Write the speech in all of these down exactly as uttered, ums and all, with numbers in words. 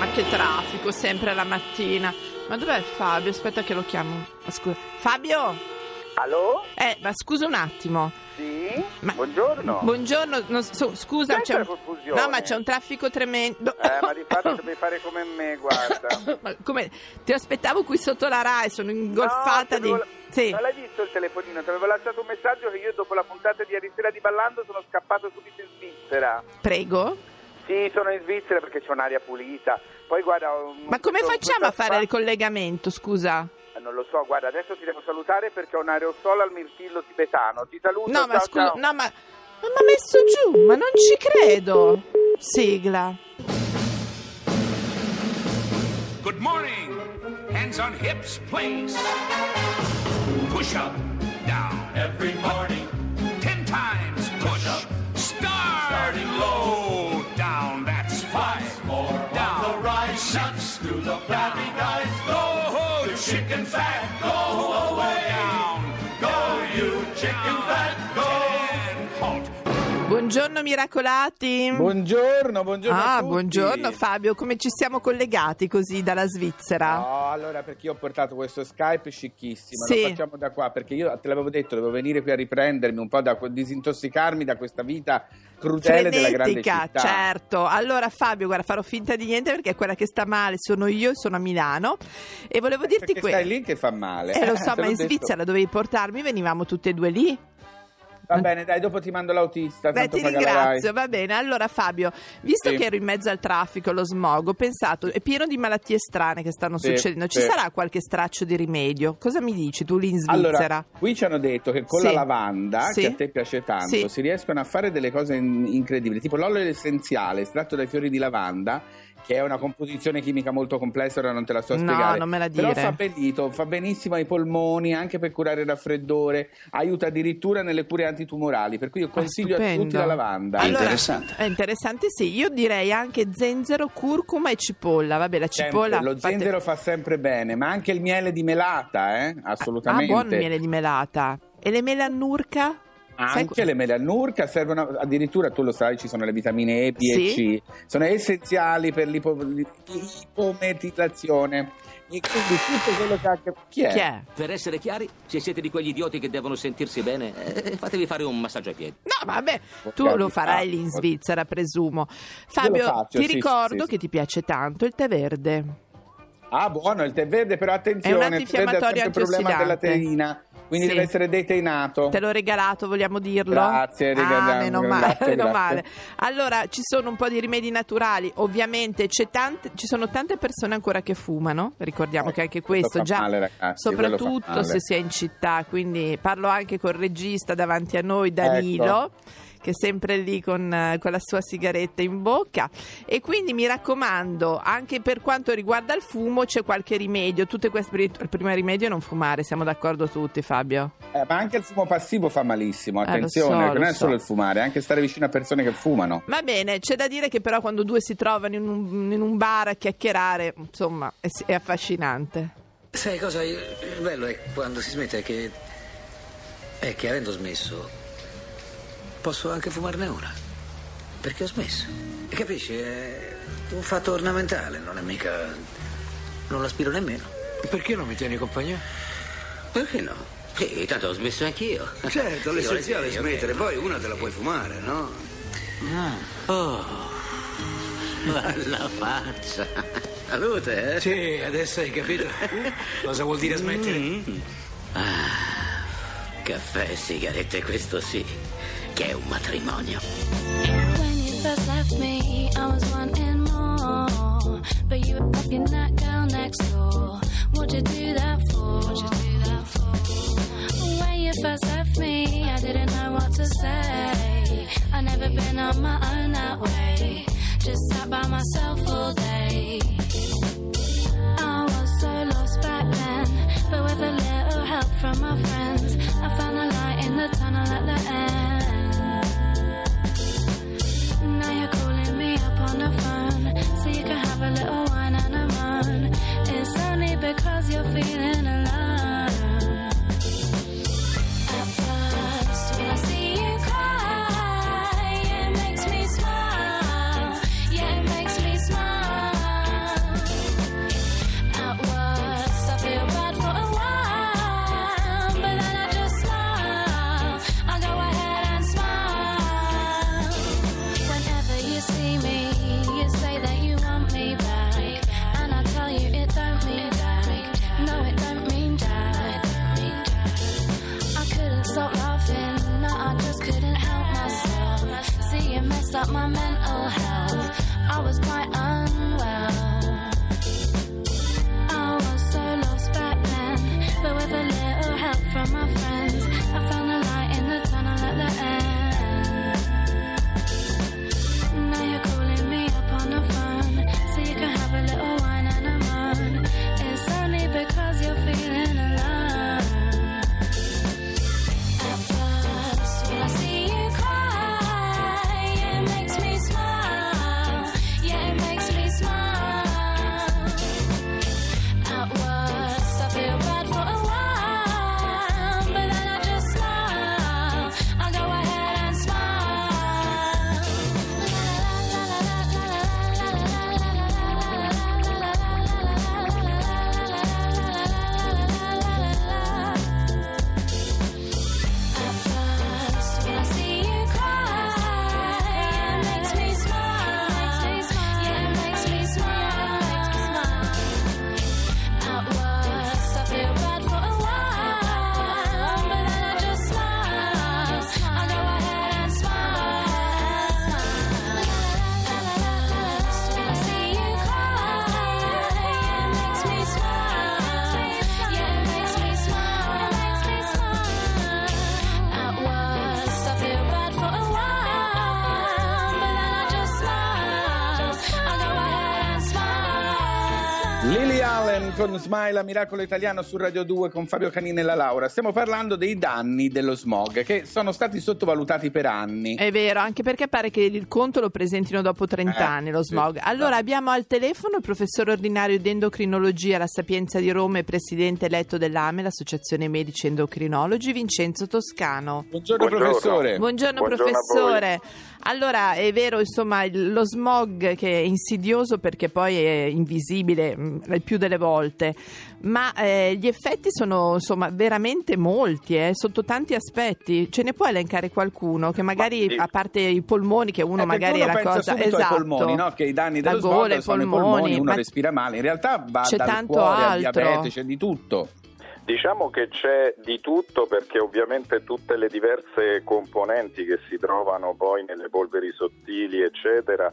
che traffico, sempre la mattina. Ma dov'è Fabio? Aspetta che lo chiamo. Scusa. Fabio? Allo? Eh, ma scusa un attimo. Sì? Ma... Buongiorno. Buongiorno, non so, scusa, c'è un... confusione. No, ma c'è un traffico tremendo. Eh, ma di fatto devi fare come me, guarda. Ma come? Ti aspettavo qui sotto la Rai, sono ingolfata no, di... La... Sì. Non l'hai visto il telefonino? Ti avevo lasciato un messaggio che io dopo la puntata di ieri sera di Ballando sono scappato subito in Svizzera. Prego? Sì, sono in Svizzera perché c'è un'aria pulita. Poi guarda... Un... Ma come questo, facciamo a fare spa... il collegamento, scusa? Non lo so, guarda, adesso ti devo salutare perché ho un aerosol al mirtillo tibetano. Ti saluto, No, ciao, ma scusa, ciao. no, ma... Ma mi ha messo giù, ma non ci credo. Sigla. Good morning. Hands on hips, please. Push up, down. Every morning. Ten times push up. Start. Starting low. Down, that's five. More down. On the rise. Six. Do the flabby guys. Go, the chicken fat. Go away. Down. Go, you chicken fat. Go. Ten. Halt. Buongiorno miracolati. Buongiorno, buongiorno Ah, a tutti. buongiorno Fabio, come ci siamo collegati così dalla Svizzera? No, allora perché io ho portato questo Skype scicchissimo, Sì. lo facciamo da qua perché io te l'avevo detto, dovevo venire qui a riprendermi un po', da disintossicarmi da questa vita crudele della grande Frenetica, città. certo. Allora Fabio, guarda, farò finta di niente perché quella che sta male sono io e sono a Milano e volevo dirti Perché questo. stai lì che fa male. Eh, lo so, te ma l'ho in detto. Svizzera dovevi portarmi, venivamo tutte e due lì. Va bene, dai, dopo ti mando l'autista. Beh, tanto ti paga la ringrazio, Rai. va bene. Allora Fabio, visto Sì. che ero in mezzo al traffico, lo smog, ho pensato, è pieno di malattie strane che stanno Sì, succedendo, ci sì. sarà qualche straccio di rimedio? Cosa mi dici tu lì in Svizzera? Allora, qui ci hanno detto che con Sì. la lavanda, Sì. che a te piace tanto, Sì. si riescono a fare delle cose in- incredibili, tipo l'olio essenziale estratto dai fiori di lavanda, che è una composizione chimica molto complessa, ora non te la so No, spiegare. non me la dire. Però fa benito, fa benissimo ai polmoni, anche per curare il raffreddore, aiuta addirittura nelle cure antitumorali, per cui io consiglio a stupendo. tutti la lavanda. Allora, Interessante. È interessante, sì. Io direi anche zenzero, curcuma e cipolla. Vabbè, la Sempre, cipolla. lo fate- zenzero fa sempre bene, ma anche il miele di melata, eh? Assolutamente. Ah, buono il miele di melata. E le mele annurca? Sai Anche qu- le mele annurca servono, addirittura tu lo sai, ci sono le vitamine E, B Sì. e C, sono essenziali per l'ipo- l'ipometilazione. E quindi tutto quello che ha che... Chi è? Chi è? Per essere chiari, se siete di quegli idioti che devono sentirsi bene, eh, fatevi fare un massaggio ai piedi. No, vabbè, tu Ok, lo farai lì in ah, Svizzera, presumo. Fabio, faccio, ti sì, ricordo sì, sì. che ti piace tanto il tè verde. Ah, buono, il tè verde, però È attenzione, un il tè verde ha antinfiammatorio sempre il problema della antiossidante. teina, quindi Sì. deve essere deteinato. Te l'ho regalato, vogliamo dirlo? Grazie, Ah, regaliamo, meno male, grazie, meno grazie. male. Allora, ci sono un po' di rimedi naturali. Ovviamente c'è tante, ci sono tante persone ancora che fumano. Ricordiamo Eh, che anche quello questo fa già, male, ragazzi, quello fa soprattutto male. se si è in città. Quindi parlo anche col regista davanti a noi, Danilo. Ecco. Che è sempre lì con, eh, con la sua sigaretta in bocca. E quindi mi raccomando, anche per quanto riguarda il fumo c'è qualche rimedio. Tutte queste, il primo rimedio è non fumare, siamo d'accordo tutti, Fabio? Eh, ma anche il fumo passivo fa malissimo, Eh, lo attenzione, so, perché lo non è so. solo il fumare, è anche stare vicino a persone che fumano. Va bene, c'è da dire che però quando due si trovano in un, in un bar a chiacchierare, insomma, è, è affascinante. Sai cosa? Il il bello è quando si smette che. È che avendo smesso. Posso anche fumarne una. Perché ho smesso. E capisci? È un fatto ornamentale, non è mica. Non l'aspiro nemmeno. Perché non mi tieni compagnia? Perché no? Sì, tanto ho smesso anch'io. Certo, l'essenziale è Sì, smettere, ok. poi una te la puoi fumare, no? Oh. La faccia. Salute, eh? Sì, adesso hai capito cosa vuol dire smettere? Ah, caffè e sigarette, questo sì, che è un matrimonio. When you first left me, I was wanting more. But you were fucking that girl next door. What'd you do that for? What'd you do that for? When you first left me, I didn't know what to say. I never been on my own that way. Just sat by myself all day. I was so lost back then, but with a little help from my friends, I found the light in the tunnel at the end. Now you're calling me up on the phone, so you can have a little wine and a moan. It's only because you're feeling alone. At first, when I see you cry, it makes me smile. Yeah, it makes me smile. was quite unwell. I was so lost back then, but with a little help from my friends, I found a light in the tunnel at the end. Now you're calling me up on the phone, so you can have a little wine and a moan. It's only because you're feeling alone. At first, when I see you cry, it makes me smile. Yeah, it makes me smile. At worst, I feel bad for a while, but then I just smile. I go ahead and smile. At first, when I see you cry, it makes me smile. Yeah, it makes me smile. At worst, I feel bad for a while, but then I just smile. I go ahead and smile. At first, when I see you cry, it makes me smile. Yeah, it makes me smile. At worst, I feel bad for a while, but then I just smile. I go ahead and smile. Lily Allen con Smile, Miracolo Italiano su Radio due con Fabio Canini e la Laura. Stiamo parlando dei danni dello smog che sono stati sottovalutati per anni. È vero, anche perché pare che il conto lo presentino dopo trenta Eh, anni lo sì, smog. Allora sì. abbiamo al telefono il professore ordinario di endocrinologia alla Sapienza di Roma e presidente eletto dell'A M E, l'Associazione Medici Endocrinologi, Vincenzo Toscano. Buongiorno, Buongiorno. professore. Buongiorno, Buongiorno a professore. Allora è vero, insomma, il- lo smog che è insidioso perché poi è invisibile mh, il più delle volte, ma eh, gli effetti sono insomma veramente molti, eh, sotto tanti aspetti. Ce ne può elencare qualcuno che magari, sì. a parte i polmoni, che uno Eh, perché magari uno è la pensa cosa subito esatto, ai polmoni, no? Che i danni la dello gola, smog i sono i polmoni, polmoni, uno ma respira male. In realtà va c'è dal tanto cuore al altro. diabete, c'è di tutto. Diciamo che c'è di tutto, perché ovviamente tutte le diverse componenti che si trovano poi nelle polveri sottili eccetera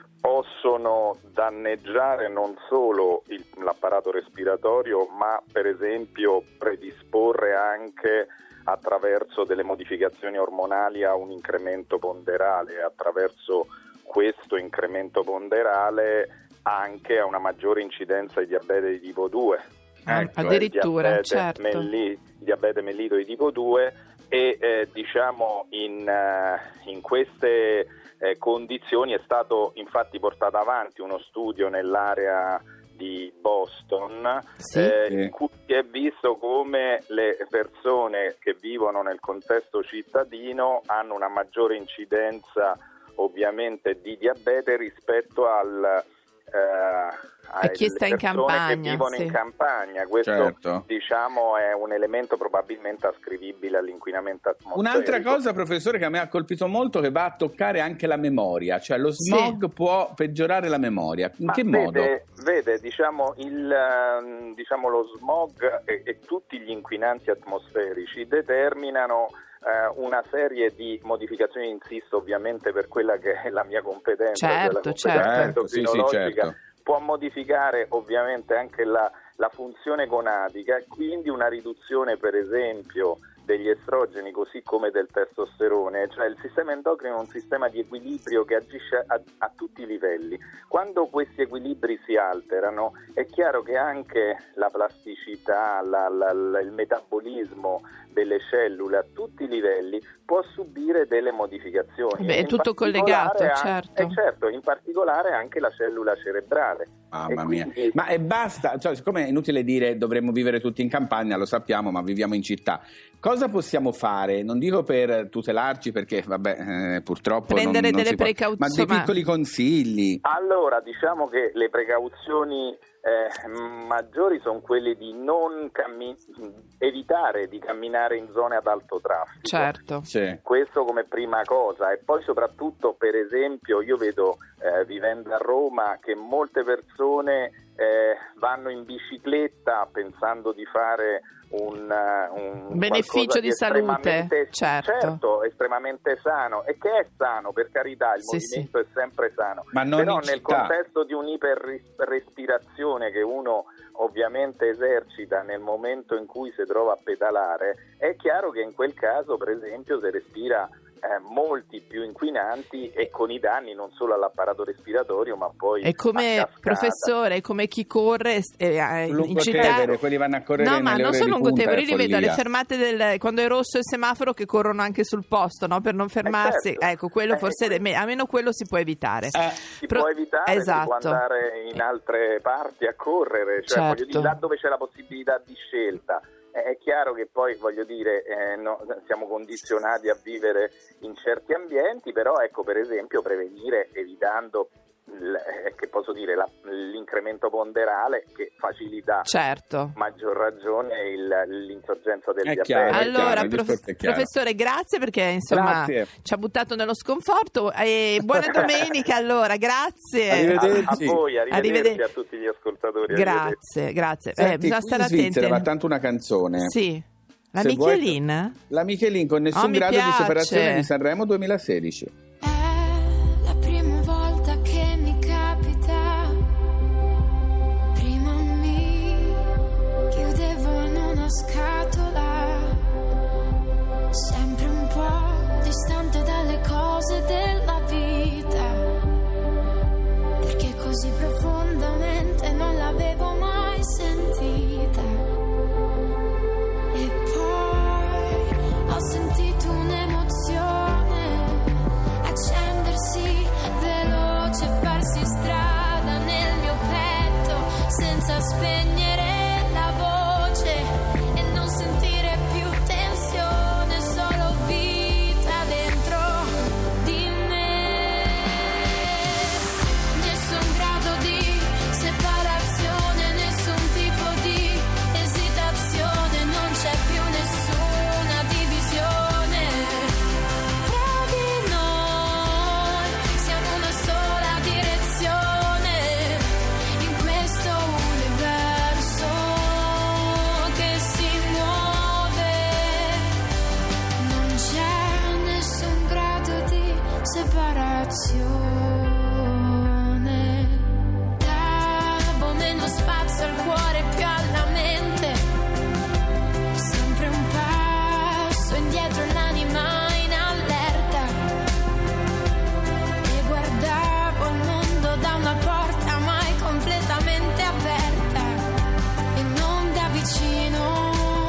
possono danneggiare non solo il- l'apparato respiratorio, ma per esempio predisporre anche attraverso delle modificazioni ormonali a un incremento ponderale, attraverso questo incremento ponderale anche a una maggiore incidenza di diabete di tipo due. Ah, Ecco, addirittura, diabete, certo. melli- diabete mellito di tipo due e eh, diciamo in, eh, in queste eh, condizioni è stato infatti portato avanti uno studio nell'area di Boston Sì. eh, Sì. in cui si è visto come le persone che vivono nel contesto cittadino hanno una maggiore incidenza ovviamente di diabete rispetto al eh, A chi sta in alle persone campagna, che vivono sì. in campagna. Questo Certo. diciamo è un elemento probabilmente ascrivibile all'inquinamento atmosferico. Un'altra cosa, professore, che a me ha colpito molto, che va a toccare anche la memoria, cioè lo smog Sì. può peggiorare la memoria. In Ma che vede, modo? Vede, diciamo, il, ehm, diciamo lo smog e, e tutti gli inquinanti atmosferici determinano eh, una serie di modificazioni, insisto ovviamente per quella che è la mia competenza, cioè la Certo, competenza certo. Sì, sì, endocrinologica, certo. può modificare ovviamente anche la, la funzione gonadica e quindi una riduzione per esempio degli estrogeni così come del testosterone, cioè il sistema endocrino è un sistema di equilibrio che agisce a, a tutti i livelli. Quando questi equilibri si alterano è chiaro che anche la plasticità, la, la, la, il metabolismo delle cellule a tutti i livelli può subire delle modificazioni. Beh, è In tutto particolare collegato, an- certo. eh, certo, in particolare anche la cellula cerebrale. Mamma E mia. quindi- Ma e basta, cioè, siccome è inutile dire dovremmo vivere tutti in campagna, lo sappiamo, ma viviamo in città. Cosa possiamo fare? Non dico per tutelarci, perché vabbè, eh, purtroppo Prendere non, non delle si può, precauzioni, ma dei insomma- piccoli consigli. Allora, diciamo che le precauzioni eh, maggiori sono quelle di non cammi- evitare di camminare in zone ad alto traffico. Certo. Sì. Questo come prima cosa, e poi soprattutto per esempio io vedo eh, vivendo a Roma, che molte persone eh, vanno in bicicletta pensando di fare un, un beneficio di, di salute, certo. certo, estremamente sano, e che è sano, per carità, il sì, movimento sì. è sempre sano, ma non però in nel città. contesto di un'iperrespirazione che uno ovviamente esercita nel momento in cui si trova a pedalare, è chiaro che in quel caso, per esempio, si respira Eh, molti più inquinanti, e con i danni non solo all'apparato respiratorio, ma poi è come, a cascata. Professore, è come chi corre eh, in Lungotevere, città. quelli vanno a correre No, ma nelle non ore solo di punta, Lungotevere, io è li vedo alle follia. fermate del, quando è rosso il semaforo, che corrono anche sul posto, no? Per non fermarsi. Eh, certo. Ecco, quello Eh, forse quindi- almeno quello si può evitare. Eh, si Pro- può evitare, esatto. si può andare in altre parti a correre, cioè Certo. voglio dire, là dove c'è la possibilità di scelta. È chiaro che poi, voglio dire, eh, no, siamo condizionati a vivere in certi ambienti, però ecco, per esempio, prevenire evitando l- eh, che posso dire, la- l'incremento ponderale, che facilita Certo. maggior ragione il- l'insorgenza del È diabete. chiaro, è Allora, chiaro, il prof- discorso è chiaro. professore, grazie, perché insomma Grazie. ci ha buttato nello sconforto. E buona domenica, allora, grazie. Arrivederci. A, a voi, arrivederci, Arrivederci. a tutti gli ascoltatori. arrivederci. Grazie, grazie. Senti, eh, bisogna qui stare in Svizzera attenti. va tanto una canzone. Sì. La Se vuoi- Michelin? La Michelin con Nessun Oh, mi grado piace. di separazione di Sanremo duemilasedici. È la prima volta che mi capita. Prima mi chiudevo in una scatola, sempre un po' distante dalle cose della vita, perché così profondamente non l'avevo mai sentita. E poi ho sentito un'emozione accendersi veloce, farsi strada nel mio petto senza spegnere la voce e non sentire più tensione, solo vita dentro di me. Nessun grado di separazione, nessun tipo di esitazione, non c'è più nessuna divisione fra di noi, siamo una sola direzione in questo universo che si muove, non c'è nessun grado di separazione. Davo meno spazio al cuore, più alla mente, sempre un passo indietro, l'anima in allerta, e guardavo il mondo da una porta mai completamente aperta e non da vicino.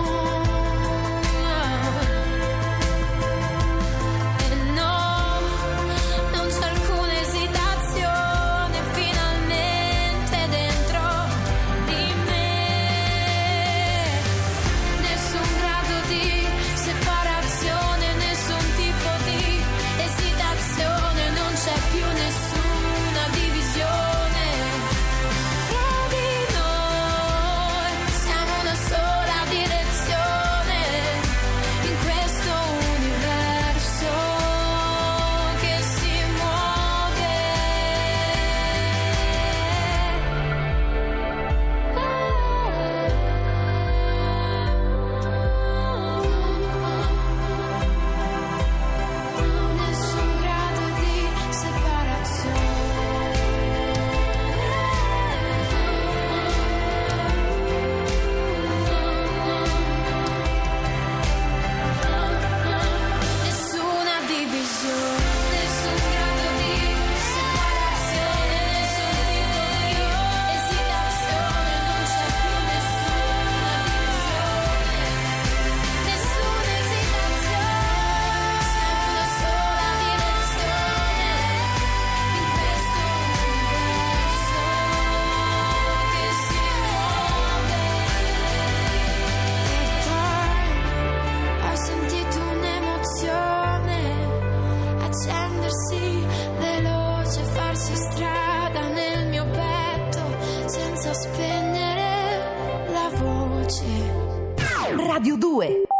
E no, non c'è alcuna esitazione finalmente dentro di me. Nessun grado di separazione, nessun tipo di esitazione, non c'è più nessuna divisione fra di noi, siamo una sola direzione in questo universo che si muove. Nessun grado di separazione, nessuna divisione, nessun grado di separazione, nessun tipo di esitazione, non c'è più nessuna divisione, nessuna esitazione, siamo una sola direzione in questo universo che si muove. E poi ho sentito un'emozione accendersi veloce, farsi strada nel mio petto senza spegnere la voce. Radio due